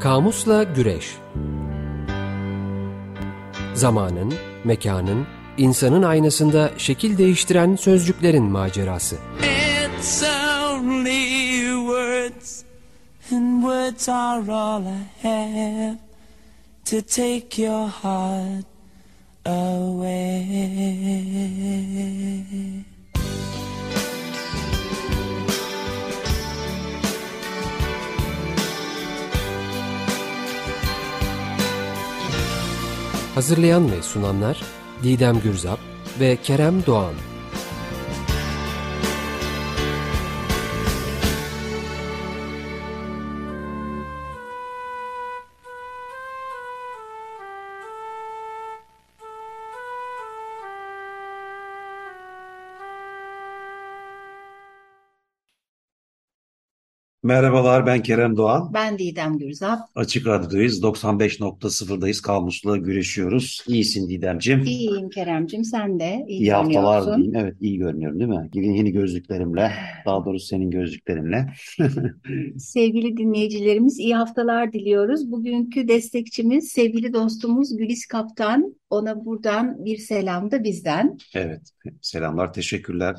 Kamusla Güreş. Zamanın, mekanın, insanın aynasında şekil değiştiren sözcüklerin macerası. It's only words, and words are all I have to take your heart away. Hazırlayan ve sunanlar Didem Gürzap ve Kerem Doğan. Merhabalar, ben Kerem Doğan. Ben Didem Gürzap. Açık Radyo'dayız. 95.0'dayız. Kamusla güreşiyoruz. İyisin Didemciğim. İyiyim Keremcim, sen de iyi İyi haftalar görünüyorsun. diyeyim. Evet, iyi görünüyorum değil mi? Yeni gözlüklerimle, daha doğrusu senin gözlüklerinle. Sevgili dinleyicilerimiz, iyi haftalar diliyoruz. Bugünkü destekçimiz, sevgili dostumuz Gülis Kaptan. Ona buradan bir selam da bizden. Evet, selamlar, teşekkürler.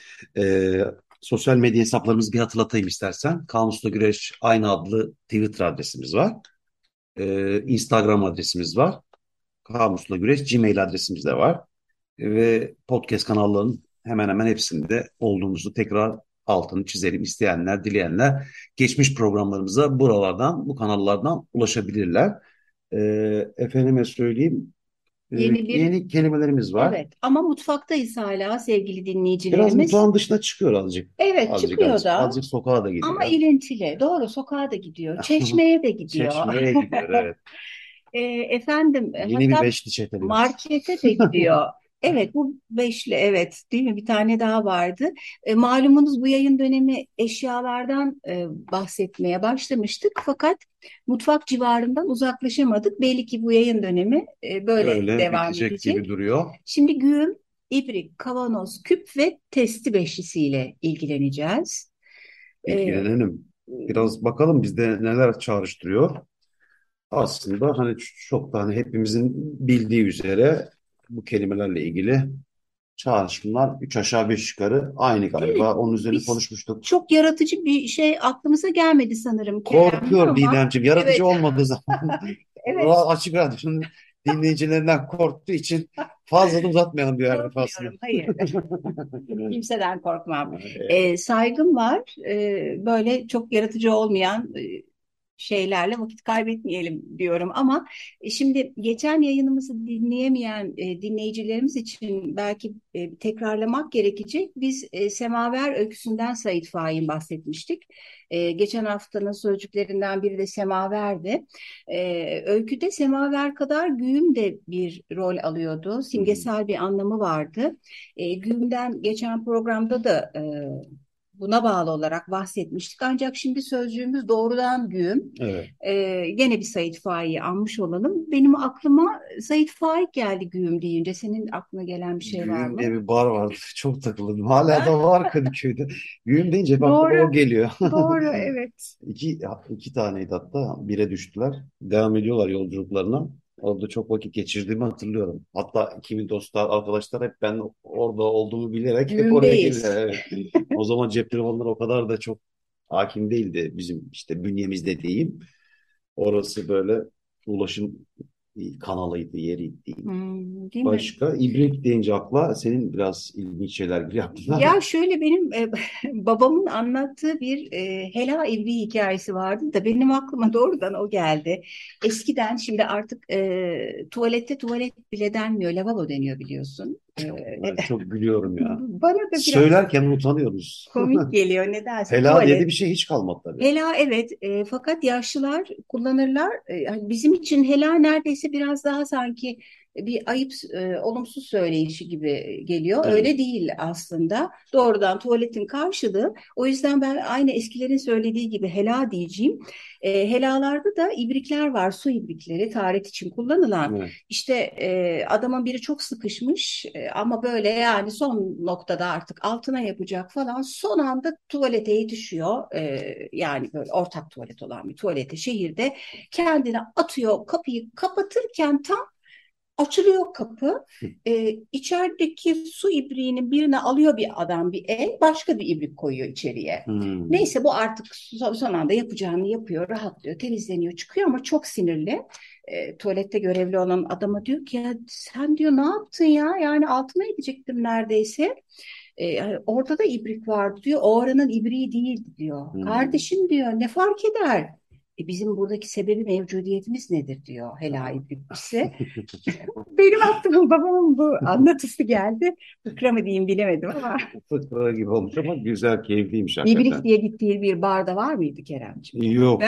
Ee, Sosyal medya hesaplarımızı bir hatırlatayım istersen. Kamusla Güreş aynı adlı Twitter adresimiz var. Instagram adresimiz var. Kamusla Güreş Gmail adresimiz de var. Ve podcast kanallarının hemen hemen hepsinde olduğumuzu tekrar altını çizelim. İsteyenler, dileyenler geçmiş programlarımıza buralardan, bu kanallardan ulaşabilirler. Efendime söyleyeyim, Yeni bir, yeni kelimelerimiz var. evet, ama mutfaktayız hala sevgili Biraz dinleyicilerimiz. mutfağın dışına çıkıyor azıcık. Evet, çıkıyor da Azıcık sokağa da ama gidiyor. ilintili. Doğru, sokağa da gidiyor. Çeşmeye de gidiyor. Çeşmeye gidiyor, evet. Efendim, Yeni bir hatta beşli çeteliyoruz. markete de gidiyor. Evet, bu beşli, evet, değil mi? Bir tane daha vardı. Malumunuz bu yayın dönemi eşyalardan bahsetmeye başlamıştık. Fakat mutfak civarından uzaklaşamadık. Belli ki bu yayın dönemi böyle Öyle devam bitecek edecek. gibi duruyor. Şimdi güğüm, ibrik, kavanoz, küp ve testi beşlisiyle ilgileneceğiz. E, İlgilenelim. Biraz bakalım bizde neler çağrıştırıyor. Aslında hani çok da hani hepimizin bildiği üzere bu kelimelerle ilgili çağrışımlar 3 aşağı 5 yukarı aynı evet, galiba. Onun üzerine biz konuşmuştuk. çok yaratıcı bir şey aklımıza gelmedi sanırım Kerem'le Korkuyor ama Didemciğim. Yaratıcı evet, olmadığı zaman evet, Açık Radyo'nun dinleyicilerinden korktuğu için fazla da uzatmayalım diyor her defasında. korkmuyorum, hayır. Kimseden korkmam. Saygım var. Böyle çok yaratıcı olmayan şeylerle vakit kaybetmeyelim diyorum ama şimdi geçen yayınımızı dinleyemeyen dinleyicilerimiz için belki tekrarlamak gerekecek. Biz Semaver öyküsünden Sait Faik'in bahsetmiştik. Geçen haftanın sözcüklerinden biri de semaverdi. Öyküde semaver kadar güğüm de bir rol alıyordu. Simgesel bir anlamı vardı. Güğümden geçen programda da buna bağlı olarak bahsetmiştik. Ancak şimdi sözcüğümüz doğrudan güğüm. Evet. Gene bir Sait Faik'i anmış olalım. Benim aklıma Sait Faik geldi güğüm deyince. Senin aklına gelen bir şey var Güğüm mı? diye bir bar vardı. Çok takıldım. Hala da var Kadıköy'de. Güğüm deyince hep aklıma o Doğru, geliyor. doğru, evet. İki taneydi hatta. Bire düştüler. Devam ediyorlar yolculuklarına. Orada çok vakit geçirdiğimi hatırlıyorum. Hatta kimi dostlar, arkadaşlar hep ben orada olduğumu bilerek hep oraya Güğümdeyiz. gelirler. Evet. O zaman cep telefonları o kadar da çok hakim değildi bizim işte bünyemizde diyeyim. Orası böyle ulaşım kanalıydı, yeriydi diyeyim. Değil mi? Başka ibrik deyince akla senin biraz ilginç şeyler geliyor aklına. Ya şöyle benim babamın anlattığı bir Hela İlvi hikayesi vardı da benim aklıma doğrudan o geldi. Eskiden şimdi artık tuvalette tuvalet bile denmiyor, lavabo deniyor biliyorsun. Ben çok gülüyorum ya. Bana da biraz Söylerken utanıyoruz. komik geliyor nedense Hela diye de tuvalet. bir şey hiç kalmadı tabii. Hela evet, fakat yaşlılar kullanırlar. Hani bizim için hela neredeyse biraz daha sanki bir ayıp, olumsuz söyleyişi gibi geliyor. Evet. Öyle değil aslında. Doğrudan tuvaletin karşılığı. O yüzden ben aynı eskilerin söylediği gibi hela diyeceğim. Helalarda da ibrikler var, su ibrikleri, taharet için kullanılan. Evet. İşte adamın biri çok sıkışmış ama böyle yani son noktada artık altına yapacak falan. Son anda tuvalete yetişiyor. Yani böyle ortak tuvalet olan bir tuvalete şehirde kendini atıyor, kapıyı kapatırken tam açılıyor kapı. İçerideki su ibriğinin birine alıyor bir adam bir el, başka bir ibrik koyuyor içeriye. Hmm. Neyse bu artık son anda yapacağını yapıyor, rahatlıyor, temizleniyor, çıkıyor ama çok sinirli. Tuvalette görevli olan adama diyor ki ya sen diyor ne yaptın ya? Yani altına edecektim neredeyse. Orada da ibrik vardı diyor. O oranın ibriği değildi diyor. Hmm. Kardeşim diyor ne fark eder? Bizim buradaki sebebi mevcudiyetimiz nedir diyor hela ibrikçisi. Benim aklıma babamın bu anlatısı geldi. Fıkra mı diyeyim bilemedim ama. Fıkra gibi olmuş ama güzel, keyifliymiş İbrik hakikaten. diye gittiği bir barda var mıydı Keremciğim? Yok.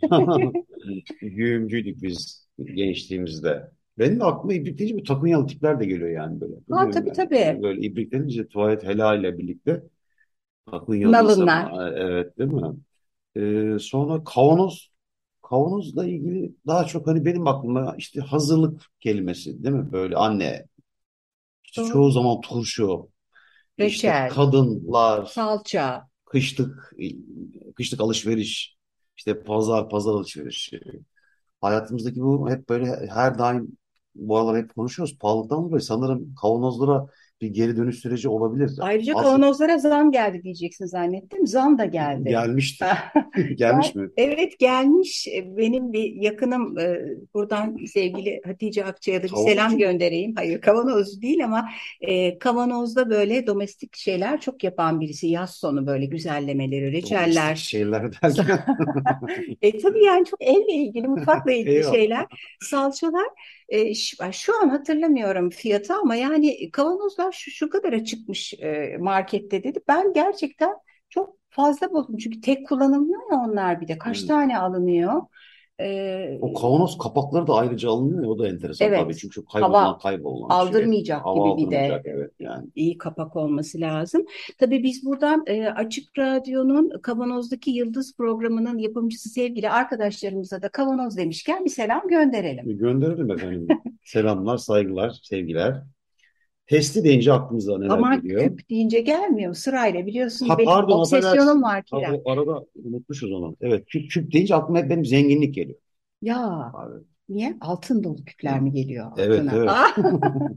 Güğümcüydük biz gençliğimizde. Benim de aklıma ibrik deyince bu takınyalı tipler de geliyor yani böyle. Ha Bilmiyorum tabii yani. tabii. Böyle ibrik denince tuvalet hela ile birlikte takınyalı Nalınlar. insanlar. Evet, değil mi? Sonra kavanoz. Kavanozla ilgili daha çok hani benim aklıma işte hazırlık kelimesi değil mi? Böyle anne, işte çoğu Doğru. zaman turşu, işte Reçel, kadınlar, salça. kışlık kışlık alışveriş, işte pazar alışverişi. Hayatımızdaki bu hep böyle her daim bu aralar hep konuşuyoruz. Pahalılıktan dolayı sanırım kavanozlara bir geri dönüş süreci olabilir. Ayrıca Aslında kavanozlara zam geldi diyeceksin zannettim. Zam da geldi. gelmiştir. Gelmiş mi? Evet gelmiş. Benim bir yakınım buradan sevgili Hatice Akçay'a da bir selam Kavanozcu mu? göndereyim. Hayır kavanoz değil ama kavanozda böyle domestik şeyler çok yapan birisi. Yaz sonu böyle güzellemeleri, Domestik reçeller. şeyler derken. Tabii yani çok elle ilgili, mutfakla ilgili Eyvallah. şeyler, salçalar. Şu an hatırlamıyorum fiyatı ama yani kavanozlar şu kadara çıkmış markette dedi. Ben gerçekten çok fazla buldum. Çünkü tek kullanılmıyor ya onlar bir de. Kaç Evet. tane alınıyor? O E, kavanoz kapakları da ayrıca alınıyor ya, o da enteresan tabii. evet, Çünkü hava kaybolan bir şey. aldırmayacak Hava gibi bir de aldırmayacak, evet yani. iyi kapak olması lazım. Tabii biz buradan Açık Radyo'nun Kavanoz'daki Yıldız programının yapımcısı sevgili arkadaşlarımıza da kavanoz demişken bir selam gönderelim. Gönderelim efendim. Selamlar, saygılar, sevgiler. Testi deyince aklımıza neler Ama geliyor? küp deyince gelmiyor sırayla biliyorsun Ha benim pardon, obsesyonum affedersin. var Ha, Kerem. o arada unutmuşuz onu. Evet, küp deyince aklıma hep benim zenginlik geliyor. Ya Abi. niye? Altın dolu küpler mi geliyor Evet, aklına? evet. Ah!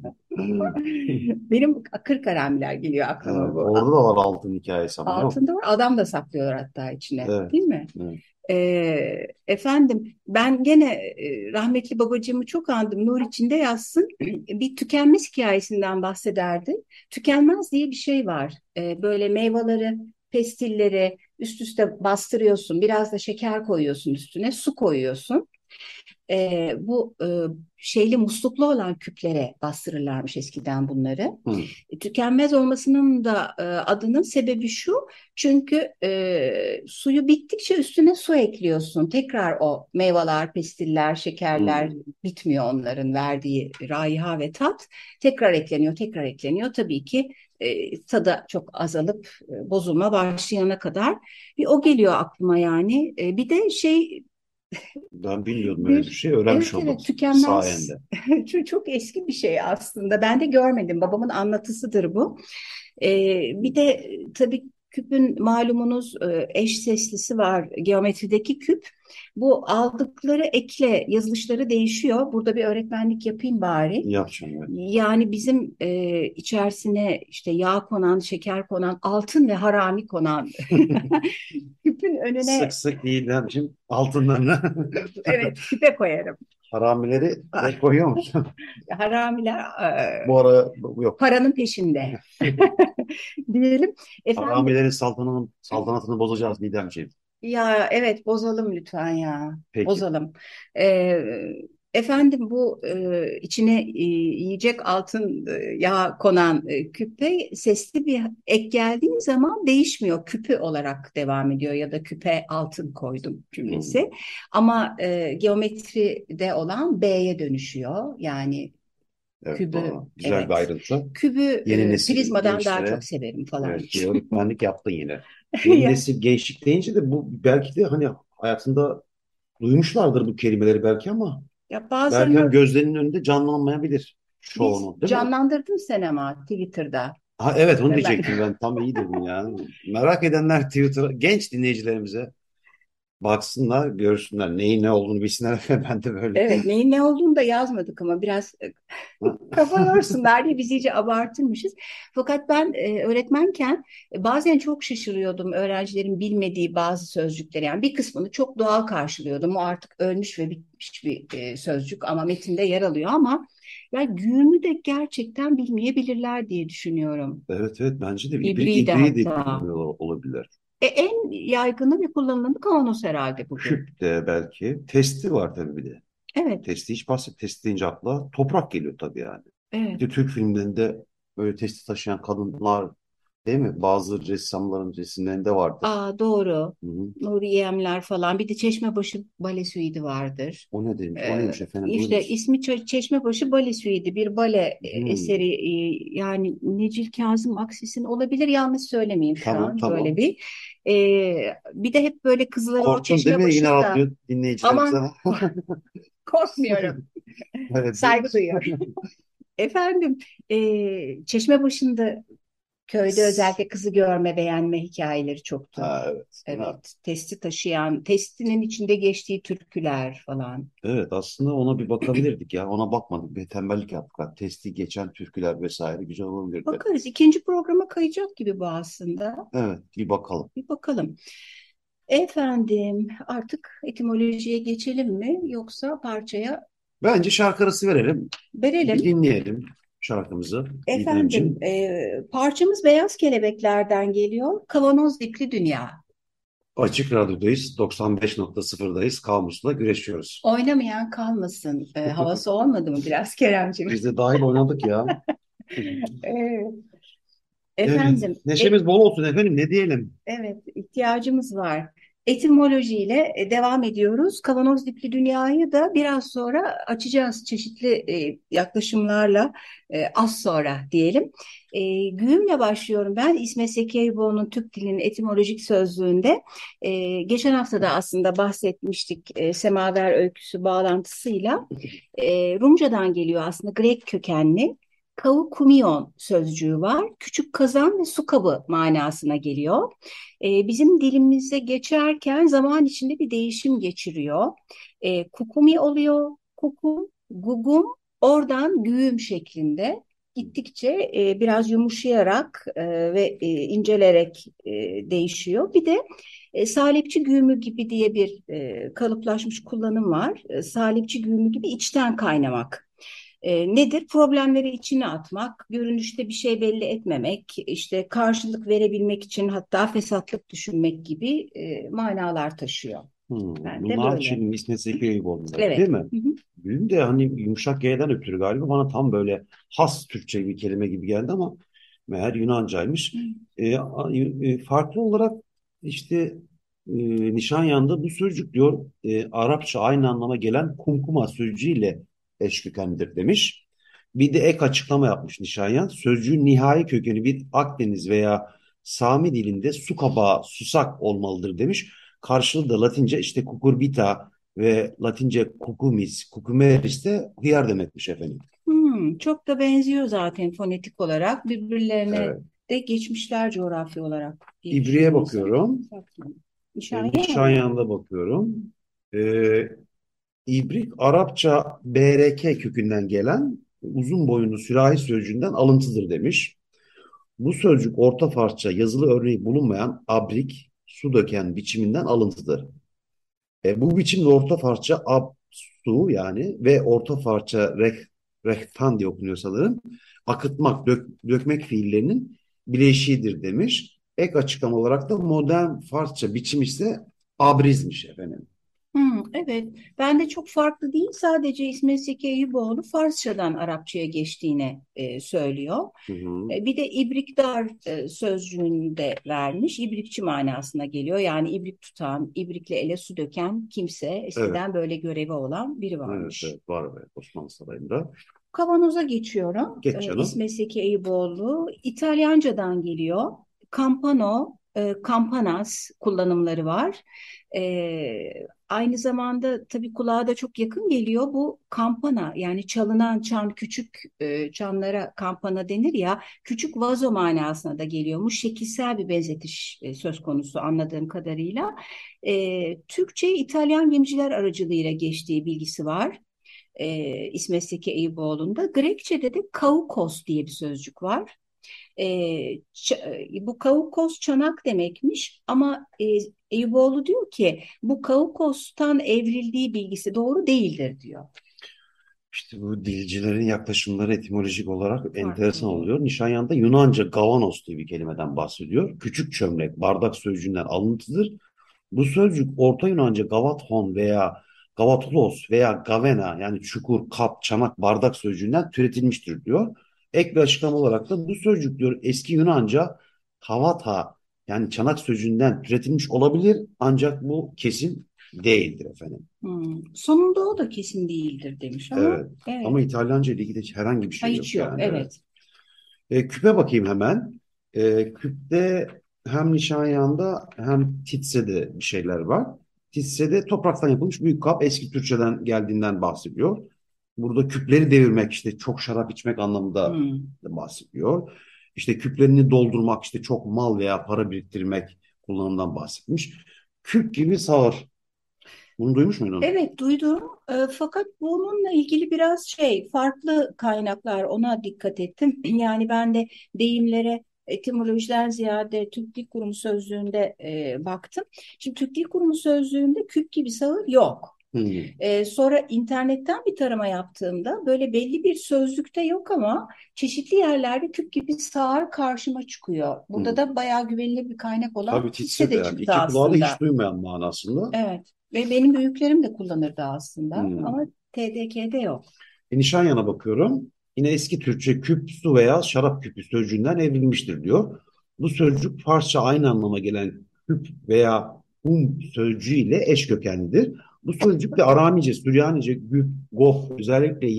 Benim kır karamiler geliyor aklıma Evet, bu. orada da var altın hikayesi ama yok. Altın da var adam da saklıyorlar hatta içine Evet, değil mi? evet. Efendim ben gene rahmetli babacığımı çok andım. Nur içinde yazsın. Bir tükenmez hikayesinden bahsederdi. Tükenmez diye bir şey var. Böyle meyveleri, pestilleri üst üste bastırıyorsun. Biraz da şeker koyuyorsun üstüne, su koyuyorsun. Bu şeyli musluklu olan küplere bastırırlarmış eskiden bunları. Hı. Tükenmez olmasının da adının sebebi şu. Çünkü suyu bittikçe üstüne su ekliyorsun. Tekrar o meyveler, pestiller, şekerler Hı. bitmiyor onların verdiği raiha ve tat. Tekrar ekleniyor, tekrar ekleniyor. Tabii ki tadı çok azalıp bozulma başlayana kadar. Bir o geliyor aklıma yani. Bir de şey Ben bilmiyordum öyle bir bir şey. Öğrenmiş evet oldum evet tükenmez sayende. çok eski bir şey aslında. Ben de görmedim. Babamın anlatısıdır bu. Bir de tabii küpün malumunuz eş seslisi var geometrideki küp. Bu aldıkları ekle yazılışları değişiyor. Burada bir öğretmenlik yapayım bari. Yapacağım, evet. Yani bizim içerisine işte yağ konan, şeker konan, altın ve harami konan küpün Sık önüne sık Didemciğim altınlarını evet küpe koyarım. haramileri de koyuyor musun? Haramiler Bu ara yok. paranın peşinde diyelim. Efendim Haramilerin saltanatını bozacağız Didemciğim. ya evet bozalım lütfen ya Peki. bozalım. Ee, Efendim bu içine yiyecek altın yağ konan küpe sesli bir ek geldiği zaman değişmiyor. Küpü olarak devam ediyor ya da küpe altın koydum Hmm. cümlesi. Ama geometride olan B'ye dönüşüyor. Yani Evet, Kübü, doğru. Güzel bir evet. ayrıntı. Kübü Yeni nesil prizmadan daha çok gençlere, severim falan. evet, bir öğretmenlik yaptın yine. Yeni Ya, nesil gençlik deyince de bu belki de hani hayatında duymuşlardır bu kelimeleri belki ama ya bazen belki hani gözlerinin önünde canlanmayabilir biz çoğunu, değil mi? canlandırdın sen ama Twitter'da. Ha, evet, onu Ben diyecektim ben. Tam iyi dedin ya. Merak edenler Twitter'a, genç dinleyicilerimize baksınlar, görsünler. Neyin ne olduğunu bilsinler. Ben de böyle. evet, neyin ne olduğunu da yazmadık ama biraz kafa yorsunlar diye biz iyice abartırmışız. Fakat ben öğretmenken bazen çok şaşırıyordum öğrencilerin bilmediği bazı sözcükleri. Yani bir kısmını çok doğal karşılıyordum. O artık ölmüş ve bitmiş bir sözcük ama metinde yer alıyor ama ya güğümü de gerçekten bilmeyebilirler diye düşünüyorum. Evet, evet, bence de İbriği de ibriği de hatta. bilmiyor olabilirler. En yaygını ve kullanılanı kavanoz herhalde bugün. Küp de belki. Testi var tabii bir de. Evet, Testi hiç bahset. Testi deyince akla toprak geliyor tabii yani. Bir evet. de Türk filmlerinde böyle testi taşıyan kadınlar, değil mi? Bazı ressamların resimlerinde vardır. Aa, doğru. Hı hı. Nuri Yemler falan. Bir de Çeşmebaşı Bale Suite'i vardır. O ne demiş? O neymiş efendim? İşte Buyurunuz. ismi Çeşmebaşı Bale Suite'i. Bir bale Hı. eseri. Yani Necil Kazım Aksis'in olabilir. Yanlış söylemeyeyim şu Tamam, an. Böyle tamam. bir. Bir de hep böyle kızları o Korktun değil çeşme mi? Yine başında. rahatlıyor dinleyicilerimiz Aman ama. korkmuyorum. Evet. Saygı duyuyorum. Efendim, çeşme başında köyde özellikle kızı görme, beğenme hikayeleri çoktu. Ha, evet, değil mi? Evet, testi taşıyan, testinin içinde geçtiği türküler falan. Evet, aslında ona bir bakabilirdik ya. Ona bakmadık. Bir tembellik yaptık. Ha, testi geçen türküler vesaire güzel olabilirdi. Bakarız. İkinci programa kayacak gibi bu aslında. Evet, bir bakalım. Bir bakalım. Efendim, artık etimolojiye geçelim mi yoksa parçaya Bence şarkı arası verelim. Bir verelim? dinleyelim şarkımızı Efendim, Didemciğim. parçamız Beyaz Kelebekler'den geliyor. Kavanoz Dipli Dünya. Açık Radyo'dayız. 95.0'dayız. Kamus'la güreşiyoruz. Oynamayan kalmasın. Havası olmadı mı biraz Keremciğim? Biz de dahil oynadık ya. Evet. Evet. Efendim, Neşemiz bol olsun efendim. Ne diyelim? evet, ihtiyacımız var. Etimolojiyle devam ediyoruz. Kavanoz dipli dünyayı da biraz sonra açacağız çeşitli yaklaşımlarla az sonra diyelim. Güğümle başlıyorum ben. İsmet Sekeyboğlu'nun Türk Dili'nin etimolojik sözlüğünde geçen hafta da aslında bahsetmiştik Semaver öyküsü bağlantısıyla. Rumcadan geliyor aslında Grek kökenli. Kaukumion sözcüğü var. Küçük kazan ve su kabı manasına geliyor. Bizim dilimize geçerken zaman içinde bir değişim geçiriyor. Kukumi oluyor, kukum, gugum, oradan güğüm şeklinde gittikçe biraz yumuşayarak ve incelerek değişiyor. Bir de salipçi güğümü gibi diye bir kalıplaşmış kullanım var. Salipçi güğümü gibi içten kaynamak. Nedir? Problemleri içine atmak, görünüşte bir şey belli etmemek, işte karşılık verebilmek için hatta fesatlık düşünmek gibi manalar taşıyor. Ben de Bunlar böyle. şimdi İsmet Zeki Eyüboğlu'nda değil Evet. mi? Hı hı. Benim de hani yumuşak G'den ötürü galiba bana tam böyle has Türkçe bir kelime gibi geldi ama meğer Yunancaymış. Farklı olarak işte Nişanyan'da bu sözcük diyor Arapça aynı anlama gelen kumkuma sözcüğüyle eş kökenlidir demiş. Bir de ek açıklama yapmış Nişanyan. Sözcüğün nihai kökeni bir Akdeniz veya Sami dilinde su kabağı, susak olmalıdır demiş. Karşılığı da Latince işte cucurbita ve Latince cucumis, cucumeris de hıyar demekmiş efendim. Çok da benziyor zaten fonetik olarak. Birbirlerine Evet. de geçmişler coğrafi olarak diye İbriğe düşünüyorsam. bakıyorum. Nişaniye mi? Nişanyan'da bakıyorum. Ee, İbrik Arapça BRK kökünden gelen uzun boyunlu sürahi sözcüğünden alıntıdır demiş. Bu sözcük Orta Farsça yazılı örneği bulunmayan abrik, su döken biçiminden alıntıdır. Bu biçimde Orta Farsça absu yani ve Orta Farsça rehtan diye okunuyor sanırım. Akıtmak, dökmek fiillerinin bileşiğidir demiş. Ek açıklama olarak da modern Farsça biçim ise abrizmiş efendim. Evet, ben de çok farklı değil. Sadece İsmet Zeki Eyüboğlu Farsçadan Arapçaya geçtiğini söylüyor. Hı hı. Bir de ibrikdar sözcüğünü de vermiş. İbrikçi manasına geliyor. Yani ibrik tutan, ibrikle ele su döken kimse, Evet, eskiden böyle görevi olan biri evet, varmış. evet, var evet Osmanlı Sarayı'nda. Kavanoza geçiyorum. Geç canım. İsmet Zeki Eyüboğlu. İtalyancadan geliyor. Campano, campanas kullanımları var. Aynı zamanda tabii kulağa da çok yakın geliyor. Bu kampana, yani çalınan çan, küçük çanlara kampana denir ya, küçük vazo manasına da geliyormuş. Şekilsel bir benzetiş söz konusu anladığım kadarıyla. Türkçe İtalyan gemiciler aracılığıyla geçtiği bilgisi var. İsmet Zeki Eyüboğlu'nda. Grekçe'de de kaukos diye bir sözcük var. E, Bu kaukos çanak demekmiş ama Eyüboğlu diyor ki bu kaukostan evrildiği bilgisi doğru değildir diyor. İşte bu dilcilerin yaklaşımları etimolojik olarak Farklı enteresan oluyor. oluyor. Nişanyan'da Yunanca gavanos diye bir kelimeden bahsediyor. Küçük çömlek, bardak sözcüğünden alıntıdır. Bu sözcük Orta Yunanca gavathon veya gavatolos veya gavena yani çukur, kap, çanak, bardak sözcüğünden türetilmiştir diyor. Ek bir açıklama olarak da bu sözcük diyor eski Yunanca kavata yani çanak sözcüğünden türetilmiş olabilir ancak bu kesin değildir efendim. Sonunda o da kesin değildir demiş ama Evet. evet. Ama İtalyanca ile ilgili herhangi bir Ha, şey hiç yok yok. yani. Evet. Evet. Küpe bakayım hemen. Küpte hem Nişanyan'da hem Titse'de bir şeyler var. Titse'de topraktan yapılmış büyük kap eski Türkçeden geldiğinden bahsediyor. Burada küpleri devirmek işte çok şarap içmek anlamında Hmm. bahsediyor. İşte küplerini doldurmak işte çok mal veya para biriktirmek kullanımından bahsetmiş. Küp gibi sağır. Bunu duymuş muydun? Evet, duydum. Fakat bununla ilgili biraz farklı kaynaklar, ona dikkat ettim. Yani ben de deyimlere etimolojiden ziyade Türk Dil Kurumu sözlüğünde baktım. Şimdi Türk Dil Kurumu sözlüğünde küp gibi sağır yok. Hmm. Sonra internetten bir tarama yaptığımda böyle belli bir sözlükte yok ama çeşitli yerlerde küp gibi sağır karşıma çıkıyor. Burada Hmm. da bayağı güvenilir bir kaynak olan Tabii Titse Titse de de yani çıktı iki kulağı da hiç aslında. duymayan manasında. Evet. Ve benim büyüklerim de kullanırdı aslında Hmm. ama TDK'de yok. Nişanyana bakıyorum. Yine eski Türkçe küp, su veya şarap küpü sözcüğünden evrilmiştir diyor. Bu sözcük Farsça aynı anlama gelen küp veya sözcüğüyle eş kökenlidir. Bu sözcük de Aramice, Süryanice, güp, gof özellikle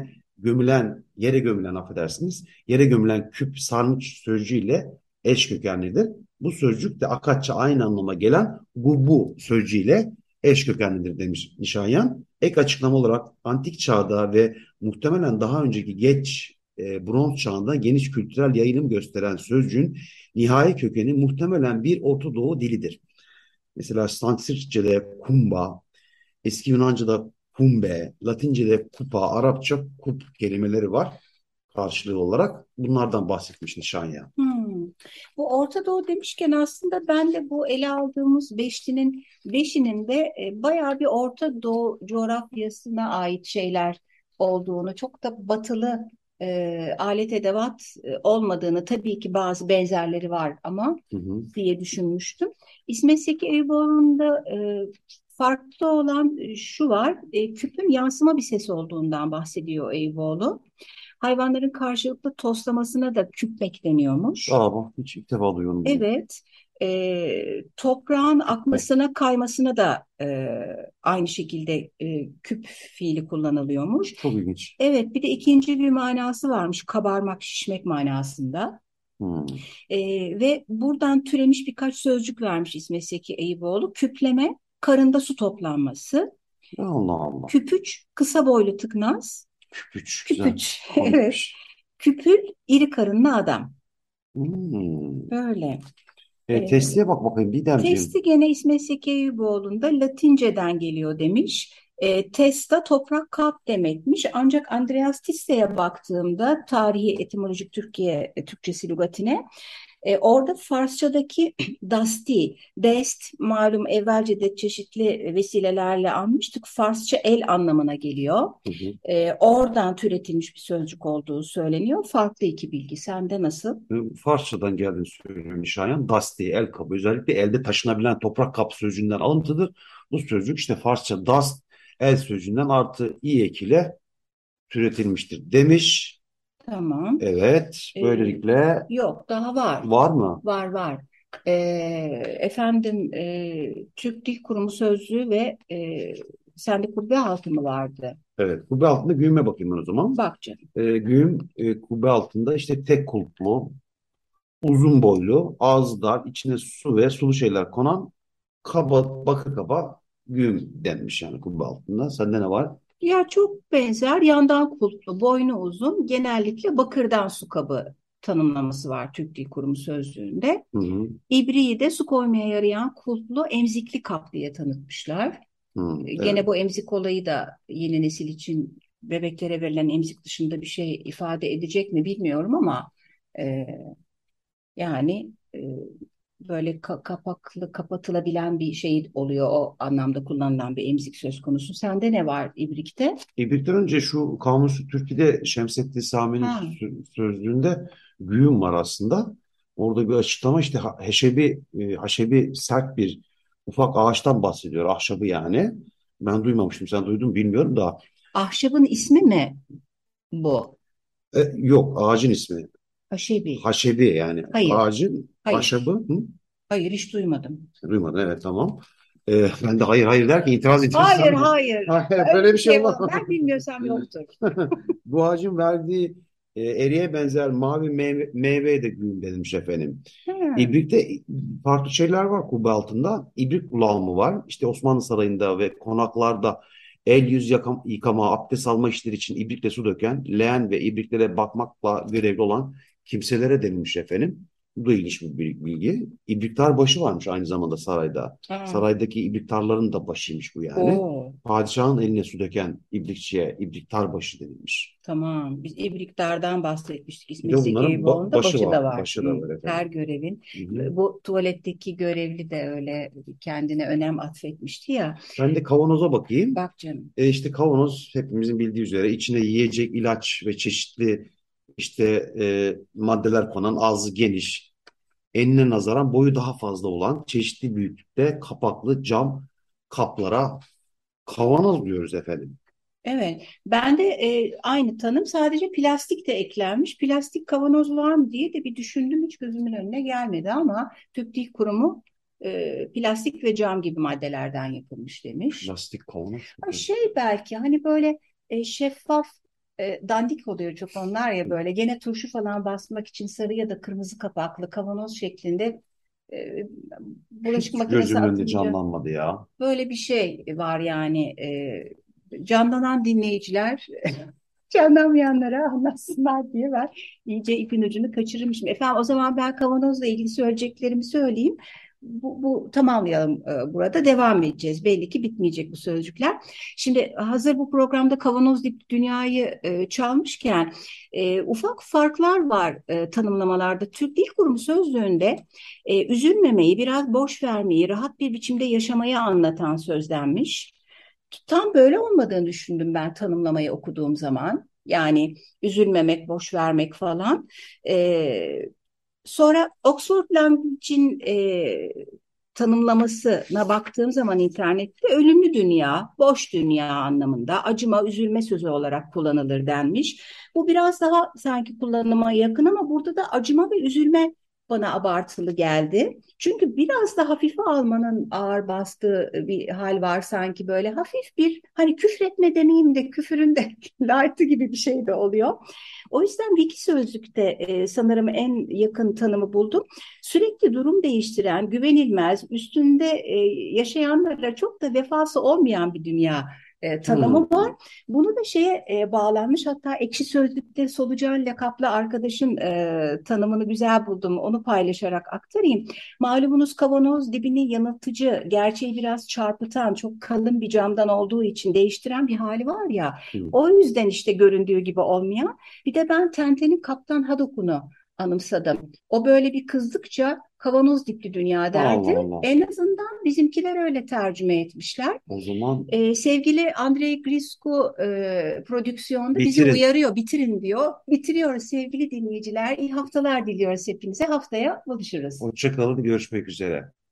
yere gömülen affedersiniz, yere gömülen küp, sarnıç sözcüğüyle eş kökenlidir. Bu sözcük de Akatça aynı anlama gelen gubu sözcüğüyle eş kökenlidir demiş Nişanyan. Ek açıklama olarak antik çağda ve muhtemelen daha önceki geç bronz çağında geniş kültürel yayılım gösteren sözcüğün nihai kökeni muhtemelen bir Orta Doğu dilidir. Mesela Sanskritçe'de kumba, eski Yunanca'da kumbe, Latince'de kupa, Arapça kup kelimeleri var karşılığı olarak. Bunlardan bahsetmiş Nişanya. Hmm. Bu Orta Doğu demişken aslında ben de bu ele aldığımız beşinin de bayağı bir Orta Doğu coğrafyasına ait şeyler olduğunu, çok da batılı alet edevat olmadığını, tabii ki bazı benzerleri var ama Hı hı. diye düşünmüştüm. İsmet Zeki Eyüboğlu'nda farklı olan şu var, küpün yansıma bir ses olduğundan bahsediyor Eyüboğlu. Hayvanların karşılıklı toslamasına da küpmek deniyormuş. Aa, bak hiç ilk defa duyuyorum bunu. Evet, toprağın akmasına, kaymasına da aynı şekilde küp fiili kullanılıyormuş. Çok ilginç. Evet, bir de ikinci bir manası varmış, kabarmak, şişmek manasında. Hmm. Ve buradan türemiş birkaç sözcük vermiş İsmet Zeki Eyüboğlu. Küpleme, karında su toplanması. Allah Allah. Küpüç, kısa boylu tıknaz. Küpüç. Güzel. Küpüç, evet. Komikmiş. Küpül, iri karınlı adam. Hmm. Böyle. Ee, Testiye bak bakayım Didemciğim. Testi gene İsmet Zeki Eyüboğlu'nda Latinceden geliyor demiş. Testa toprak kap demekmiş. Ancak Andreas Tisse'ye baktığımda tarihi etimolojik Türkçesi lügatine orada Farsçadaki dasti, dest malum evvelce de çeşitli vesilelerle almıştık. Farsça el anlamına geliyor. Hı hı. Oradan türetilmiş bir sözcük olduğu söyleniyor. Farklı iki bilgi. Sende nasıl? Farsçadan geldiğini söylüyor Nişanyan. Dasti, el kabı. Özellikle elde taşınabilen toprak kap sözcüğünden alıntıdır. Bu sözcük işte Farsça dast, el sözcüğünden artı i ekile türetilmiştir demiş. Tamam. Evet, Ee, böylelikle Yok, daha var. var mı? Var var. Efendim, Türk Dil Kurumu sözlüğü ve Sende kubbe altı mı vardı? Evet, kubbe altında güğüme bakayım ben o zaman. Bak canım. Güğüm kubbe altında işte tek kulplu, uzun boylu, ağzı dar, içine su ve sulu şeyler konan kaba, bakır kaba güğüm denmiş yani kubbe altında. Sende ne var? Ya çok benzer, yandan kulplu, boynu uzun, genellikle bakırdan su kabı tanımlaması var Türk Dil Kurumu sözlüğünde. Hı hı. İbriği de su koymaya yarayan kulplu emzikli kap diye tanıtmışlar. Hı, evet. Gene bu emzik olayı da yeni nesil için bebeklere verilen emzik dışında bir şey ifade edecek mi bilmiyorum ama e, yani böyle kapaklı kapatılabilen bir şey oluyor, o anlamda kullanılan bir emzik söz konusu. Sende ne var ibrikte? İbrik'ten önce şu Kamus Türkiye'de Şemsettin Sami'nin Ha, sözlüğünde güğüm var aslında. Orada bir açıklama işte haşebi sert bir ufak ağaçtan bahsediyor. Ahşabı yani. Ben duymamıştım. Sen duydun mu bilmiyorum da. ahşabın ismi mi bu? Yok, ağacın ismi. Haşebi. Haşebi yani Hayır, ağacın ahşabı. hayır, Hı? hayır, hiç duymadım. Duymadın, evet, tamam. Ben de hayır hayır derken itiraz ediyorsun Hayır, sandım. hayır. Böyle Öyle bir bir şey şey olmaz. var. Ben bilmiyorsam yoktur. Bu ağacın verdiği eriye benzer mavi meyveye de güğüm denilmiş efendim. Hmm. İbrik'te farklı şeyler var kubbe altında. İbrik kulağımı var. İşte Osmanlı Sarayı'nda ve konaklarda el yüz yıkama, abdest alma işleri için ibrikle su döken, leğen ve ibriklere bakmakla görevli olan kimselere denilmiş efendim. Bu da ilginç bir bilgi. İbriktar başı varmış aynı zamanda sarayda. Aa, Saraydaki ibriktarların da başıymış bu yani. oo, Padişahın eline su döken ibrikçiye ibriktar başı denilmiş. tamam. Biz İbriktar'dan bahsetmiştik. Bir de İsmet Zeki bunların Eyüboğlu'nda başı başı var. da var. Başı da var Her efendim. görevin. Hı hı. Bu tuvaletteki görevli de öyle kendine önem atfetmişti ya. Ben de kavanoza bakayım. Bak canım. İşte kavanoz hepimizin bildiği üzere içine yiyecek, ilaç ve çeşitli işte maddeler konan ağzı geniş, enine nazaran boyu daha fazla olan çeşitli büyüklükte kapaklı cam kaplara kavanoz diyoruz efendim. Evet, ben de aynı tanım, sadece plastik de eklenmiş. Plastik kavanoz var mı diye de bir düşündüm, hiç gözümün önüne gelmedi ama Türk Dil Kurumu plastik ve cam gibi maddelerden yapılmış demiş. Plastik kavanoz. Ha, şey belki hani böyle şeffaf, dandik oluyor çok onlar ya, böyle gene turşu falan basmak için sarı ya da kırmızı kapaklı kavanoz şeklinde, e, bulaşık Hiç makinesi gözümün önünde atınca canlanmadı ya. böyle bir şey var yani. Canlanan dinleyiciler canlanmayanlara anlatsınlar diye ben iyice ipin ucunu kaçırmışım. Efendim, o zaman ben kavanozla ilgili söyleyeceklerimi söyleyeyim. Bu tamamlayalım, burada devam edeceğiz. Belli ki bitmeyecek bu sözcükler. Şimdi hazır bu programda kavanoz deyip dünyayı çalmışken ufak farklar var tanımlamalarda. Türk Dil Kurumu sözlüğünde üzülmemeyi, biraz boş vermeyi, rahat bir biçimde yaşamayı anlatan sözlenmiş. Tam böyle olmadığını düşündüm ben tanımlamayı okuduğum zaman. Yani üzülmemek, boş vermek falan. Sonra Oxford Language'in tanımlamasına baktığım zaman internette ölümlü dünya, boş dünya anlamında acıma, üzülme sözü olarak kullanılır denmiş. Bu biraz daha sanki kullanıma yakın ama burada da acıma ve üzülme bana abartılı geldi. Çünkü biraz da hafife almanın ağır bastığı bir hal var sanki, böyle hafif bir, hani küfretme demeyeyim de küfürün de light'ı gibi bir şey de oluyor. O yüzden Wiki Sözlük'te sanırım en yakın tanımı buldum. Sürekli durum değiştiren, güvenilmez, üstünde yaşayanlara çok da vefası olmayan bir dünya tanımı var. Hmm. Bunu da şeye bağlanmış, hatta Ekşi Sözlük'te Solucan lakaplı arkadaşın tanımını güzel buldum. Onu paylaşarak aktarayım. Malumunuz kavanoz dibini yanıltıcı, gerçeği biraz çarpıtan, çok kalın bir camdan olduğu için değiştiren bir hali var ya. Hmm. O yüzden işte göründüğü gibi olmayan. Bir de ben Tenten'in Kaptan Haddock'unu anımsadım. O böyle bir kızdıkça kavanoz dipli dünya Allah derdi. Allah. En azından bizimkiler öyle tercüme etmişler. O zaman Sevgili Andrei Griscu prodüksiyonda bizi bitirin. uyarıyor, bitirin diyor. Bitiriyoruz sevgili dinleyiciler. İyi haftalar diliyoruz hepinize. Haftaya buluşuruz. Hoşça kalın. Görüşmek üzere.